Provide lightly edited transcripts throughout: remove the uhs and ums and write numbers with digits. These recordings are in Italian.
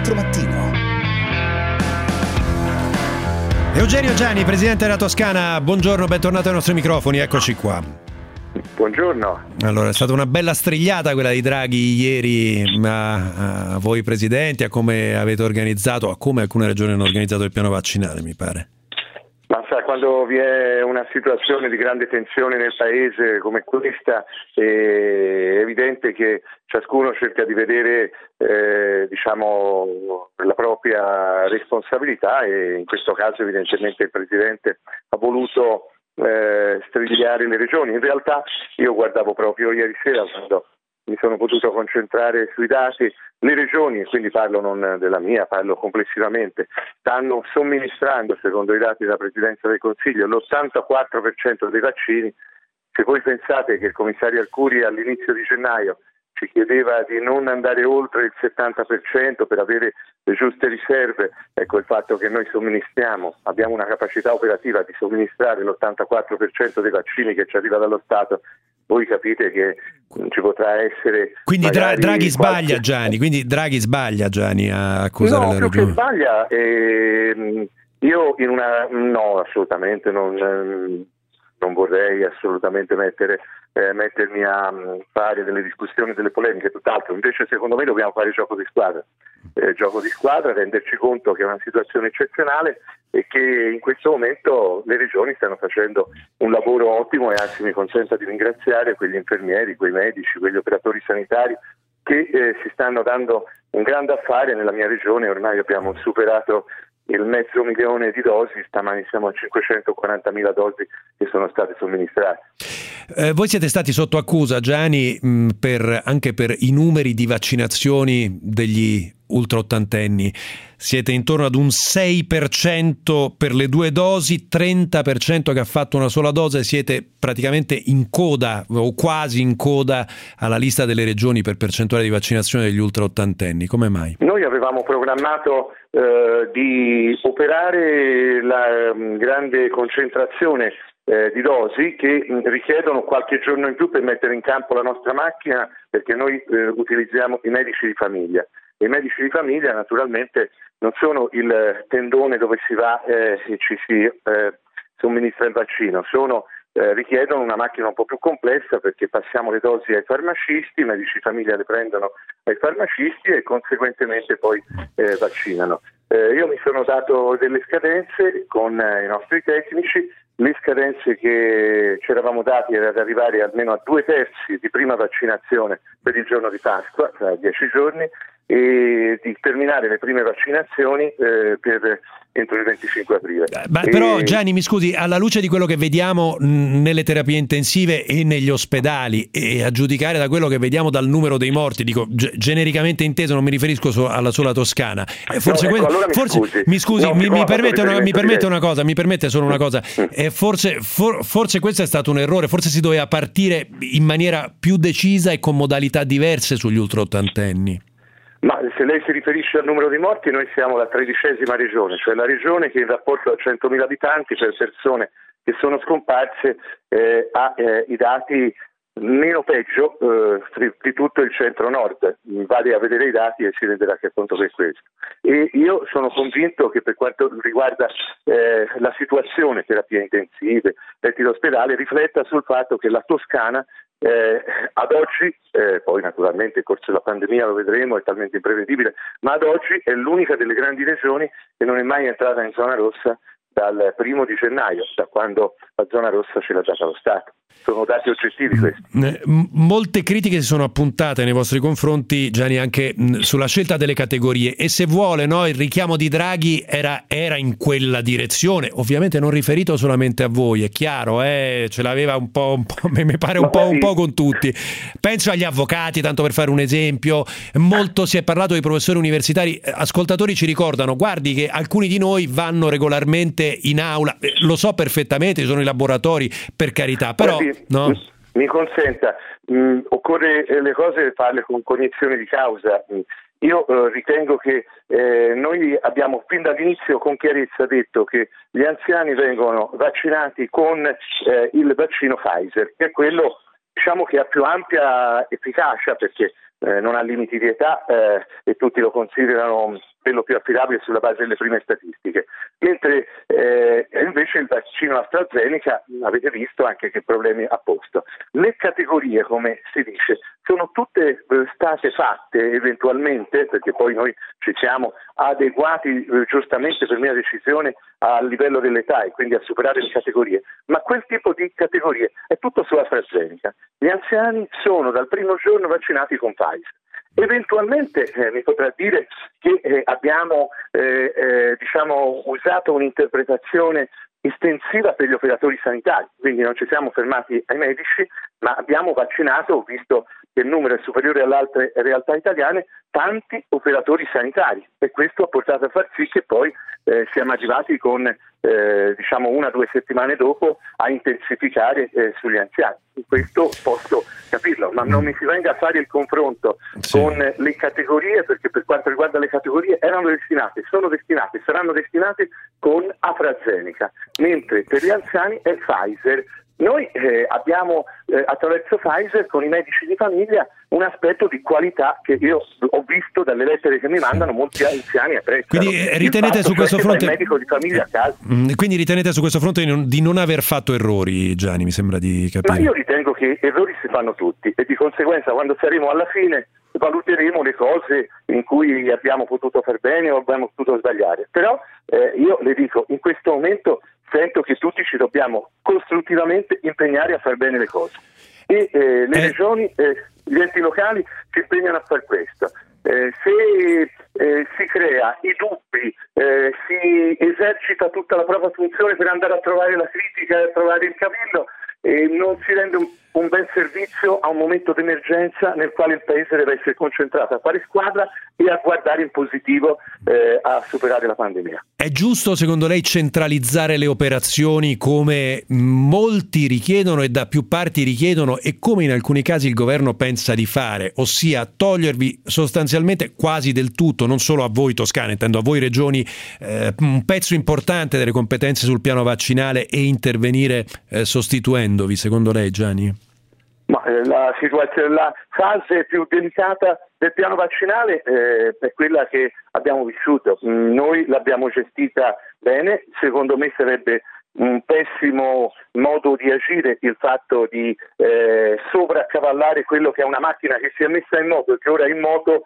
4 Mattino. Eugenio Giani, presidente della Toscana, buongiorno, bentornato ai nostri microfoni, eccoci qua. Buongiorno. Allora, è stata una bella strigliata quella di Draghi ieri a voi presidenti, a come avete organizzato, a come alcune regioni hanno organizzato il piano vaccinale, mi pare. Ma sa, quando vi è una situazione di grande tensione nel paese come questa, è evidente che ciascuno cerca di vedere la propria responsabilità, e in questo caso evidentemente il Presidente ha voluto strigliare le regioni. In realtà io guardavo proprio ieri sera, quando mi sono potuto concentrare sui dati, le regioni, quindi parlo non della mia, parlo complessivamente, stanno somministrando, secondo i dati della Presidenza del Consiglio, l'84% dei vaccini. Se voi pensate che il commissario Arcuri all'inizio di gennaio ci chiedeva di non andare oltre il 70% per avere le giuste riserve, ecco, il fatto che noi abbiamo una capacità operativa di somministrare l'84% dei vaccini che ci arriva dallo Stato, voi capite che ci potrà essere. Quindi Draghi sbaglia, Gianni, a accusare la regione. No, più che sbaglia, no, assolutamente non vorrei assolutamente mettermi a fare delle discussioni, delle polemiche, tutt'altro. Invece secondo me dobbiamo fare gioco di squadra, renderci conto che è una situazione eccezionale e che in questo momento le regioni stanno facendo un lavoro ottimo, e anzi mi consenta di ringraziare quegli infermieri, quei medici, quegli operatori sanitari che si stanno dando un grande affare. Nella mia regione ormai abbiamo superato il 500.000 di dosi, stamani siamo a 540.000 dosi che sono state somministrate. Voi siete stati sotto accusa, Gianni, anche per i numeri di vaccinazioni degli ultraottantenni. Siete intorno ad un 6% per le 2 dosi, 30% che ha fatto una sola dose. Siete praticamente in coda o quasi in coda alla lista delle regioni per percentuale di vaccinazione degli ultraottantenni. Come mai? Noi avevamo programmato di operare la grande concentrazione di dosi che richiedono qualche giorno in più per mettere in campo la nostra macchina, perché noi utilizziamo i medici di famiglia. I medici di famiglia naturalmente non sono il tendone dove si va e ci si somministra il vaccino, richiedono una macchina un po' più complessa, perché passiamo le dosi ai farmacisti, i medici di famiglia le prendono ai farmacisti e conseguentemente poi vaccinano. Io mi sono dato delle scadenze con i nostri tecnici. Le scadenze che ci eravamo dati era di arrivare almeno a 2/3 di prima vaccinazione per il giorno di Pasqua, tra 10 giorni, e di terminare le prime vaccinazioni entro il 25 aprile. Però Gianni, mi scusi, alla luce di quello che vediamo nelle terapie intensive e negli ospedali, e a giudicare da quello che vediamo dal numero dei morti, dico genericamente inteso, non mi riferisco alla sola Toscana, mi permette solo una cosa, forse questo è stato un errore, forse si doveva partire in maniera più decisa e con modalità diverse sugli ultraottantenni. Ma se lei si riferisce al numero di morti, noi siamo la 13ª regione, cioè la regione che in rapporto a 100.000 abitanti per persone che sono scomparse ha i dati meno peggio di tutto il centro-nord. Vale a vedere i dati e si renderà che appunto per questo. E io sono convinto che per quanto riguarda la situazione, terapie intensive, letti d'ospedale, rifletta sul fatto che la Toscana ad oggi, poi naturalmente il corso della pandemia lo vedremo, è talmente imprevedibile, ma ad oggi è l'unica delle grandi regioni che non è mai entrata in zona rossa dal 1° di gennaio, da quando la zona rossa ce l'ha data lo Stato. Sono dati oggettivi questi. Molte critiche si sono appuntate nei vostri confronti, Gianni, anche sulla scelta delle categorie, e se vuole, il richiamo di Draghi era in quella direzione, ovviamente non riferito solamente a voi, è chiaro, ce l'aveva un po' mi pare un po' con tutti. Penso agli avvocati, tanto per fare un esempio. Molto si è parlato di professori universitari, ascoltatori ci ricordano, guardi che alcuni di noi vanno regolarmente in aula, lo so perfettamente, ci sono i laboratori, per carità, però no. Mi consenta, occorre le cose farle con cognizione di causa. Io ritengo che noi abbiamo fin dall'inizio con chiarezza detto che gli anziani vengono vaccinati con il vaccino Pfizer, che è quello che ha più ampia efficacia, perché non ha limiti di età e tutti lo considerano quello più affidabile sulla base delle prime statistiche, mentre invece il vaccino AstraZeneca avete visto anche che problemi ha posto. Le categorie, come si dice, sono tutte state fatte eventualmente, perché poi noi ci siamo adeguati giustamente per mia decisione al livello dell'età e quindi a superare le categorie, ma quel tipo di categorie è tutto su AstraZeneca. Gli anziani sono dal primo giorno vaccinati con Pfizer. Eventualmente mi potrà dire che abbiamo usato un'interpretazione estensiva per gli operatori sanitari, quindi non ci siamo fermati ai medici, ma abbiamo vaccinato, visto che il numero è superiore alle altre realtà italiane, tanti operatori sanitari, e questo ha portato a far sì che poi siamo arrivati con 1 o 2 settimane dopo a intensificare sugli anziani. Questo posso capirlo, ma non mi si venga a fare il confronto con le categorie, perché per quanto riguarda le categorie sono destinate, saranno destinate con AstraZeneca, mentre per gli anziani è Pfizer. Noi abbiamo attraverso Pfizer con i medici di famiglia un aspetto di qualità che io ho visto dalle lettere che mi mandano, molti anziani apprezzano. Quindi ritenete su questo fronte il medico di famiglia a casa. Quindi ritenete su questo fronte di non aver fatto errori, Gianni, mi sembra di capire. Ma io ritengo che errori si fanno tutti e di conseguenza quando saremo alla fine valuteremo le cose in cui abbiamo potuto far bene o abbiamo potuto sbagliare. Però io le dico, in questo momento sento che tutti ci dobbiamo costruttivamente impegnare a far bene le cose e le regioni, gli enti locali si impegnano a far questo. Se si crea i dubbi, si esercita tutta la propria funzione per andare a trovare la critica e a trovare il cavillo, non si rende un bel servizio a un momento d'emergenza nel quale il Paese deve essere concentrato a fare squadra e a guardare in positivo a superare la pandemia. È giusto secondo lei centralizzare le operazioni come molti richiedono e da più parti richiedono e come in alcuni casi il governo pensa di fare, ossia togliervi sostanzialmente quasi del tutto, non solo a voi toscane, intendo a voi regioni, un pezzo importante delle competenze sul piano vaccinale e intervenire sostituendovi, secondo lei, Gianni? Ma la fase più delicata del piano vaccinale è quella che abbiamo vissuto. Noi l'abbiamo gestita bene, secondo me sarebbe un pessimo modo di agire il fatto di sovraccavallare quello che è una macchina che si è messa in moto e che ora è in moto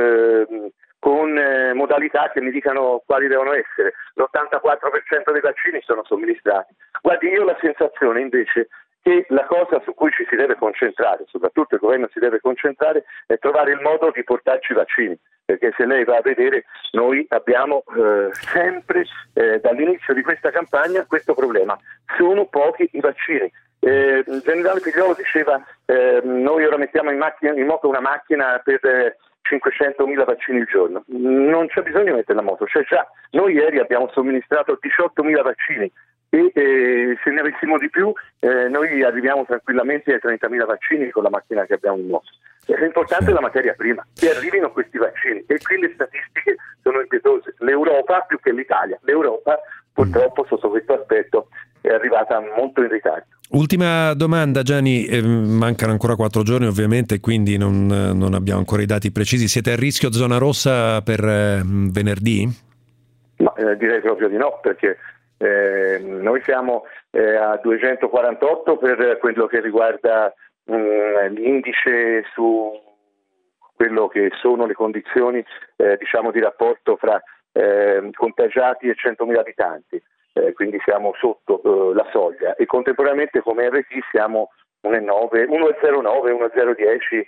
con modalità che mi dicano quali devono essere. L'84% dei vaccini sono somministrati. Guardi, io ho la sensazione invece che la cosa su cui ci si deve concentrare, soprattutto il governo si deve concentrare, è trovare il modo di portarci i vaccini, perché se lei va a vedere noi abbiamo sempre dall'inizio di questa campagna questo problema, sono pochi i vaccini. Il generale Figliuolo diceva noi ora mettiamo in moto una macchina per 500.000 vaccini al giorno, non c'è bisogno di mettere la moto, cioè già noi ieri abbiamo somministrato 18.000 vaccini e se ne avessimo di più noi arriviamo tranquillamente ai 30.000 vaccini con la macchina che abbiamo in moto. L'importante è la materia prima, che arrivino questi vaccini e qui le statistiche sono impietose. L'Europa più che l'Italia, l'Europa purtroppo sotto questo aspetto è arrivata molto in ritardo. Ultima domanda, Gianni, mancano ancora 4 giorni ovviamente, quindi non abbiamo ancora i dati precisi. Siete a rischio zona rossa per venerdì? Ma direi proprio di no, perché noi siamo a 248 per quello che riguarda l'indice su quello che sono le condizioni di rapporto fra contagiati e 100.000 abitanti. Quindi siamo sotto la soglia e contemporaneamente come RT siamo 1,09, 1,09, 1,010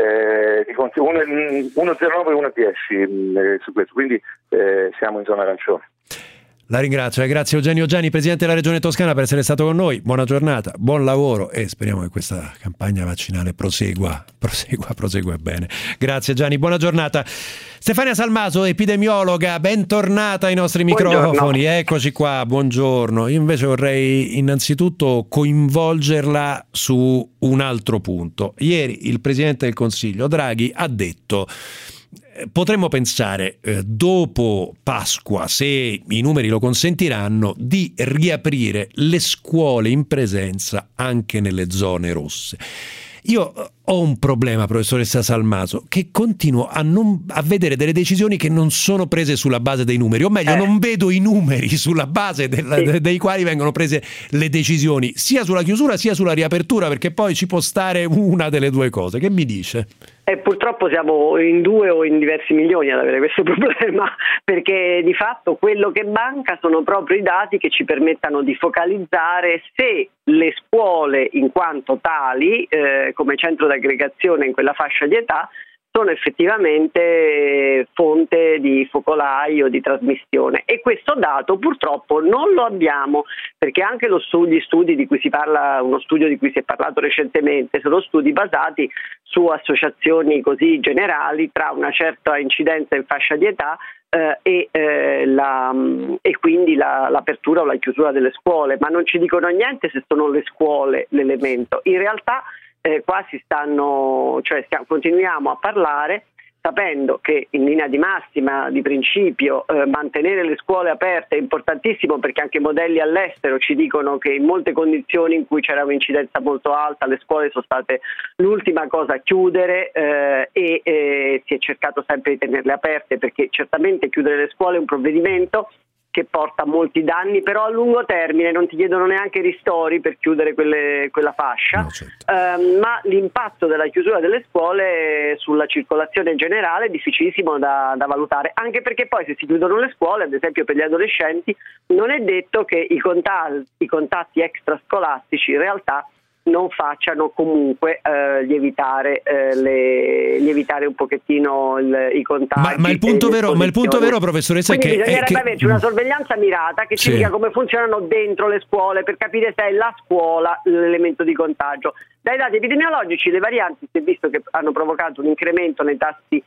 1,09 1,10 su questo, quindi siamo in zona arancione. La ringrazio, grazie Eugenio Gianni, Presidente della Regione Toscana, per essere stato con noi. Buona giornata, buon lavoro e speriamo che questa campagna vaccinale prosegua bene. Grazie Gianni, buona giornata. Stefania Salmaso, epidemiologa, bentornata ai nostri microfoni. Eccoci qua, buongiorno. Io invece vorrei innanzitutto coinvolgerla su un altro punto. Ieri il Presidente del Consiglio Draghi ha detto: potremmo pensare, dopo Pasqua, se i numeri lo consentiranno, di riaprire le scuole in presenza anche nelle zone rosse. Io ho un problema, professoressa Salmaso, che continuo a vedere delle decisioni che non sono prese sulla base dei numeri, o meglio non vedo i numeri sulla base dei quali vengono prese le decisioni, sia sulla chiusura sia sulla riapertura, perché poi ci può stare una delle due cose. Che mi dice? Purtroppo siamo in 2 o in diversi milioni ad avere questo problema, perché di fatto quello che manca sono proprio i dati che ci permettano di focalizzare se le scuole in quanto tali, come centro d'aggregazione in quella fascia di età, sono effettivamente fonte di focolai o di trasmissione, e questo dato purtroppo non lo abbiamo, perché anche gli studi di cui si parla, uno studio di cui si è parlato recentemente, sono studi basati su associazioni così generali tra una certa incidenza in fascia di età e quindi l'apertura o la chiusura delle scuole, ma non ci dicono niente se sono le scuole l'elemento. In realtà continuiamo a parlare sapendo che in linea di massima, di principio, mantenere le scuole aperte è importantissimo, perché anche modelli all'estero ci dicono che in molte condizioni in cui c'era un'incidenza molto alta le scuole sono state l'ultima cosa a chiudere e si è cercato sempre di tenerle aperte, perché certamente chiudere le scuole è un provvedimento che porta molti danni, però a lungo termine non ti chiedono neanche ristori per chiudere quella fascia, no, certo. Ma l'impatto della chiusura delle scuole sulla circolazione generale è difficilissimo da valutare, anche perché poi se si chiudono le scuole, ad esempio per gli adolescenti, non è detto che i contatti extrascolastici in realtà non facciano comunque lievitare un pochettino i contagi. Ma il punto vero, professoressa, quindi è che bisognerebbe averci una sorveglianza mirata che ci dica come funzionano dentro le scuole, per capire se è la scuola l'elemento di contagio. Dai dati epidemiologici le varianti si è visto che hanno provocato un incremento nei tassi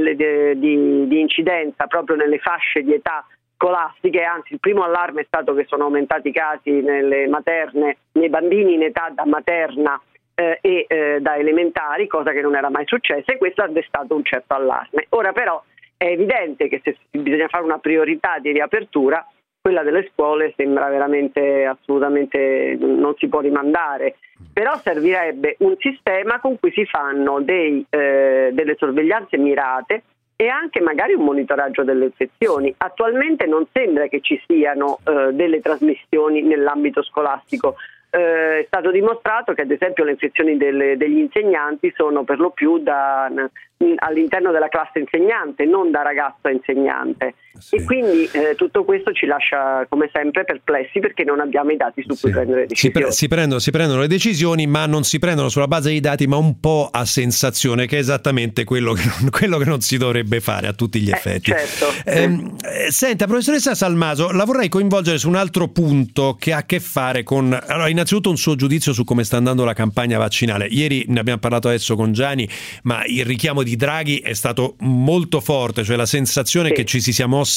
di incidenza proprio nelle fasce di età scolastiche, anzi il primo allarme è stato che sono aumentati i casi nelle materne, nei bambini in età da materna e da elementari, cosa che non era mai successa, e questo ha destato un certo allarme. Ora però è evidente che se bisogna fare una priorità di riapertura, quella delle scuole sembra veramente assolutamente non si può rimandare, però servirebbe un sistema con cui si fanno delle sorveglianze mirate e anche magari un monitoraggio delle infezioni. Attualmente non sembra che ci siano delle trasmissioni nell'ambito scolastico. È stato dimostrato che ad esempio le infezioni degli insegnanti sono per lo più all'interno della classe insegnante, non da ragazzo a insegnante. Sì. E quindi tutto questo ci lascia come sempre perplessi, perché non abbiamo i dati su cui prendere decisioni. Si prendono le decisioni, ma non si prendono sulla base dei dati, ma un po' a sensazione, che è esattamente quello che non si dovrebbe fare a tutti gli effetti. Certo. Senta, professoressa Salmaso, la vorrei coinvolgere su un altro punto che ha a che fare con, allora, innanzitutto un suo giudizio su come sta andando la campagna vaccinale. Ieri ne abbiamo parlato adesso con Gianni, ma il richiamo di Draghi è stato molto forte, cioè la sensazione che ci si sia mossi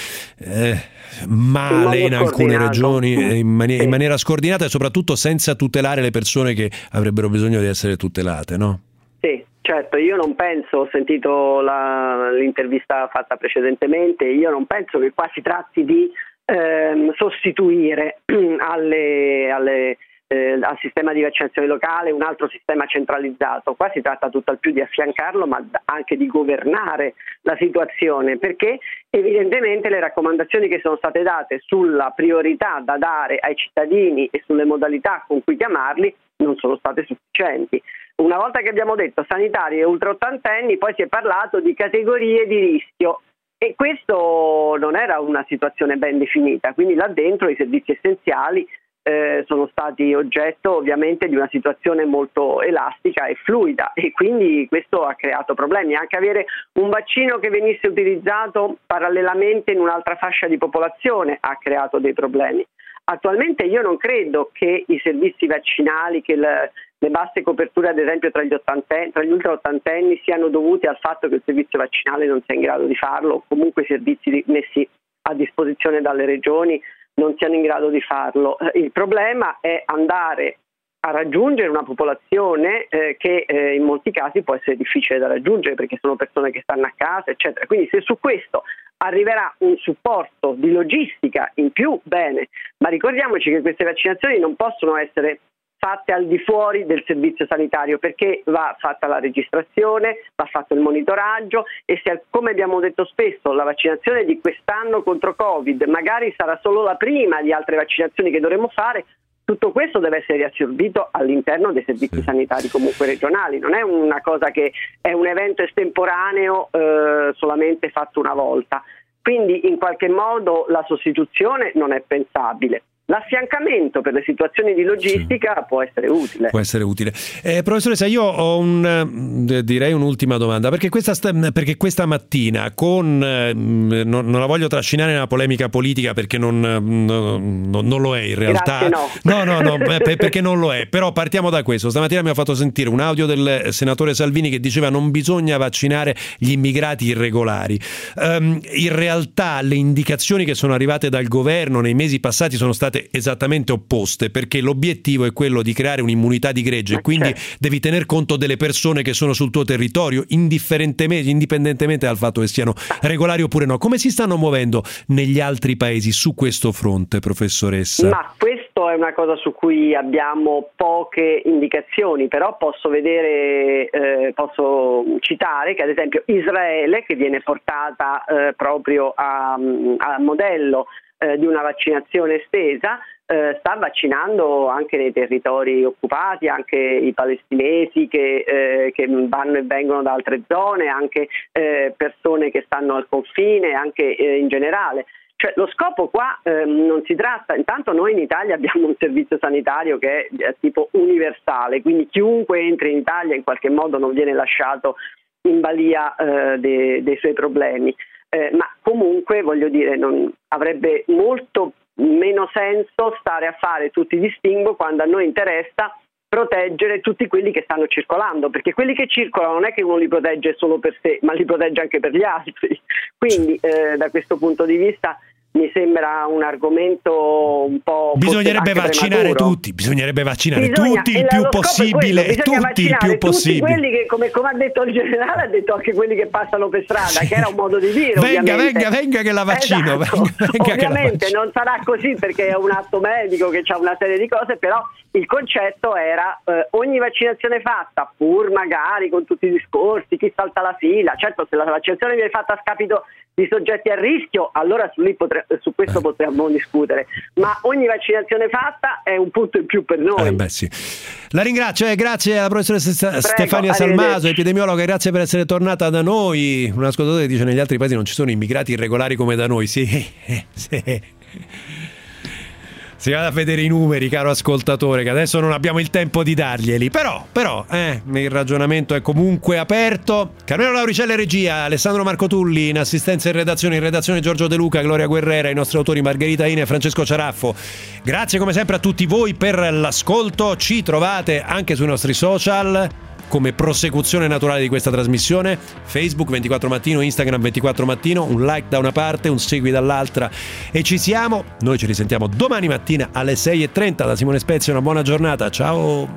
male in alcune regioni, in maniera scordinata, e soprattutto senza tutelare le persone che avrebbero bisogno di essere tutelate, no? Sì, certo, io non penso, ho sentito l'intervista fatta precedentemente, io non penso che qua si tratti di sostituire al sistema di vaccinazione locale un altro sistema centralizzato. Qua si tratta tutt'al più di affiancarlo, ma anche di governare la situazione, perché evidentemente le raccomandazioni che sono state date sulla priorità da dare ai cittadini e sulle modalità con cui chiamarli non sono state sufficienti. Una volta che abbiamo detto sanitari e ultra ottantenni, poi si è parlato di categorie di rischio, e questo non era una situazione ben definita, quindi là dentro i servizi essenziali sono stati oggetto ovviamente di una situazione molto elastica e fluida, e quindi questo ha creato problemi. Anche avere un vaccino che venisse utilizzato parallelamente in un'altra fascia di popolazione ha creato dei problemi. Attualmente io non credo che i servizi vaccinali, che le basse coperture ad esempio tra gli ultra ottantenni siano dovute al fatto che il servizio vaccinale non sia in grado di farlo, o comunque i servizi messi a disposizione dalle regioni non siano in grado di farlo. Il problema è andare a raggiungere una popolazione che in molti casi può essere difficile da raggiungere, perché sono persone che stanno a casa, eccetera. Quindi se su questo arriverà un supporto di logistica in più, bene, ma ricordiamoci che queste vaccinazioni non possono essere fatte al di fuori del servizio sanitario, perché va fatta la registrazione, va fatto il monitoraggio e se, come abbiamo detto spesso, la vaccinazione di quest'anno contro Covid magari sarà solo la prima di altre vaccinazioni che dovremo fare, tutto questo deve essere riassorbito all'interno dei servizi sanitari comunque regionali, non è una cosa che è un evento estemporaneo solamente fatto una volta, quindi in qualche modo la sostituzione non è pensabile. L'affiancamento per le situazioni di logistica può essere utile. Può essere utile. Professoressa, io ho direi un'ultima domanda, perché questa mattina non la voglio trascinare nella polemica politica perché non lo è in realtà. No, perché non lo è. Però partiamo da questo. Stamattina mi ha fatto sentire un audio del senatore Salvini che diceva non bisogna vaccinare gli immigrati irregolari. In realtà le indicazioni che sono arrivate dal governo nei mesi passati sono state esattamente opposte, perché l'obiettivo è quello di creare un'immunità di gregge, quindi devi tener conto delle persone che sono sul tuo territorio indipendentemente dal fatto che siano regolari oppure no. Come si stanno muovendo negli altri paesi su questo fronte, professoressa? Ma questo è una cosa su cui abbiamo poche indicazioni, però posso citare che ad esempio Israele, che viene portata proprio a modello di una vaccinazione estesa, sta vaccinando anche nei territori occupati, anche i palestinesi che vanno e vengono da altre zone, anche persone che stanno al confine, anche in generale. Cioè, lo scopo qua non si tratta, intanto noi in Italia abbiamo un servizio sanitario che è tipo universale, quindi chiunque entri in Italia in qualche modo non viene lasciato in balia dei suoi problemi. Ma comunque voglio dire avrebbe molto meno senso stare a fare tutti i distinguo quando a noi interessa proteggere tutti quelli che stanno circolando, perché quelli che circolano non è che uno li protegge solo per sé, ma li protegge anche per gli altri. Quindi da questo punto di vista mi sembra un argomento un po'. Bisognerebbe vaccinare tutti, tutti il più possibile, tutti il più possibile. Tutti quelli che, come ha detto il generale, ha detto anche quelli che passano per strada, che era un modo di dire. Venga che la vaccino. Esatto. Venga ovviamente non sarà così perché è un atto medico che ha una serie di cose, però il concetto era ogni vaccinazione fatta, pur magari con tutti i discorsi, chi salta la fila, certo se la vaccinazione viene fatta a scapito di soggetti a rischio, allora su questo potremmo discutere, ma ogni vaccinazione fatta è un punto in più per noi. Sì. La ringrazio, grazie alla professoressa Stefania Salmaso, epidemiologa, grazie per essere tornata da noi. Un ascoltatore dice negli altri paesi non ci sono immigrati irregolari come da noi. Sì. Si vada a vedere i numeri, caro ascoltatore, che adesso non abbiamo il tempo di darglieli, però il ragionamento è comunque aperto. Carmelo Lauricella regia, Alessandro Marcotulli in assistenza e in redazione Giorgio De Luca, Gloria Guerrera, i nostri autori Margherita Ine e Francesco Ciaraffo. Grazie come sempre a tutti voi per l'ascolto, ci trovate anche sui nostri social come prosecuzione naturale di questa trasmissione, Facebook 24 Mattino, Instagram 24 Mattino, un like da una parte, un segui dall'altra e ci siamo. Noi ci risentiamo domani mattina alle 6:30. Da Simone Spezia una buona giornata, ciao.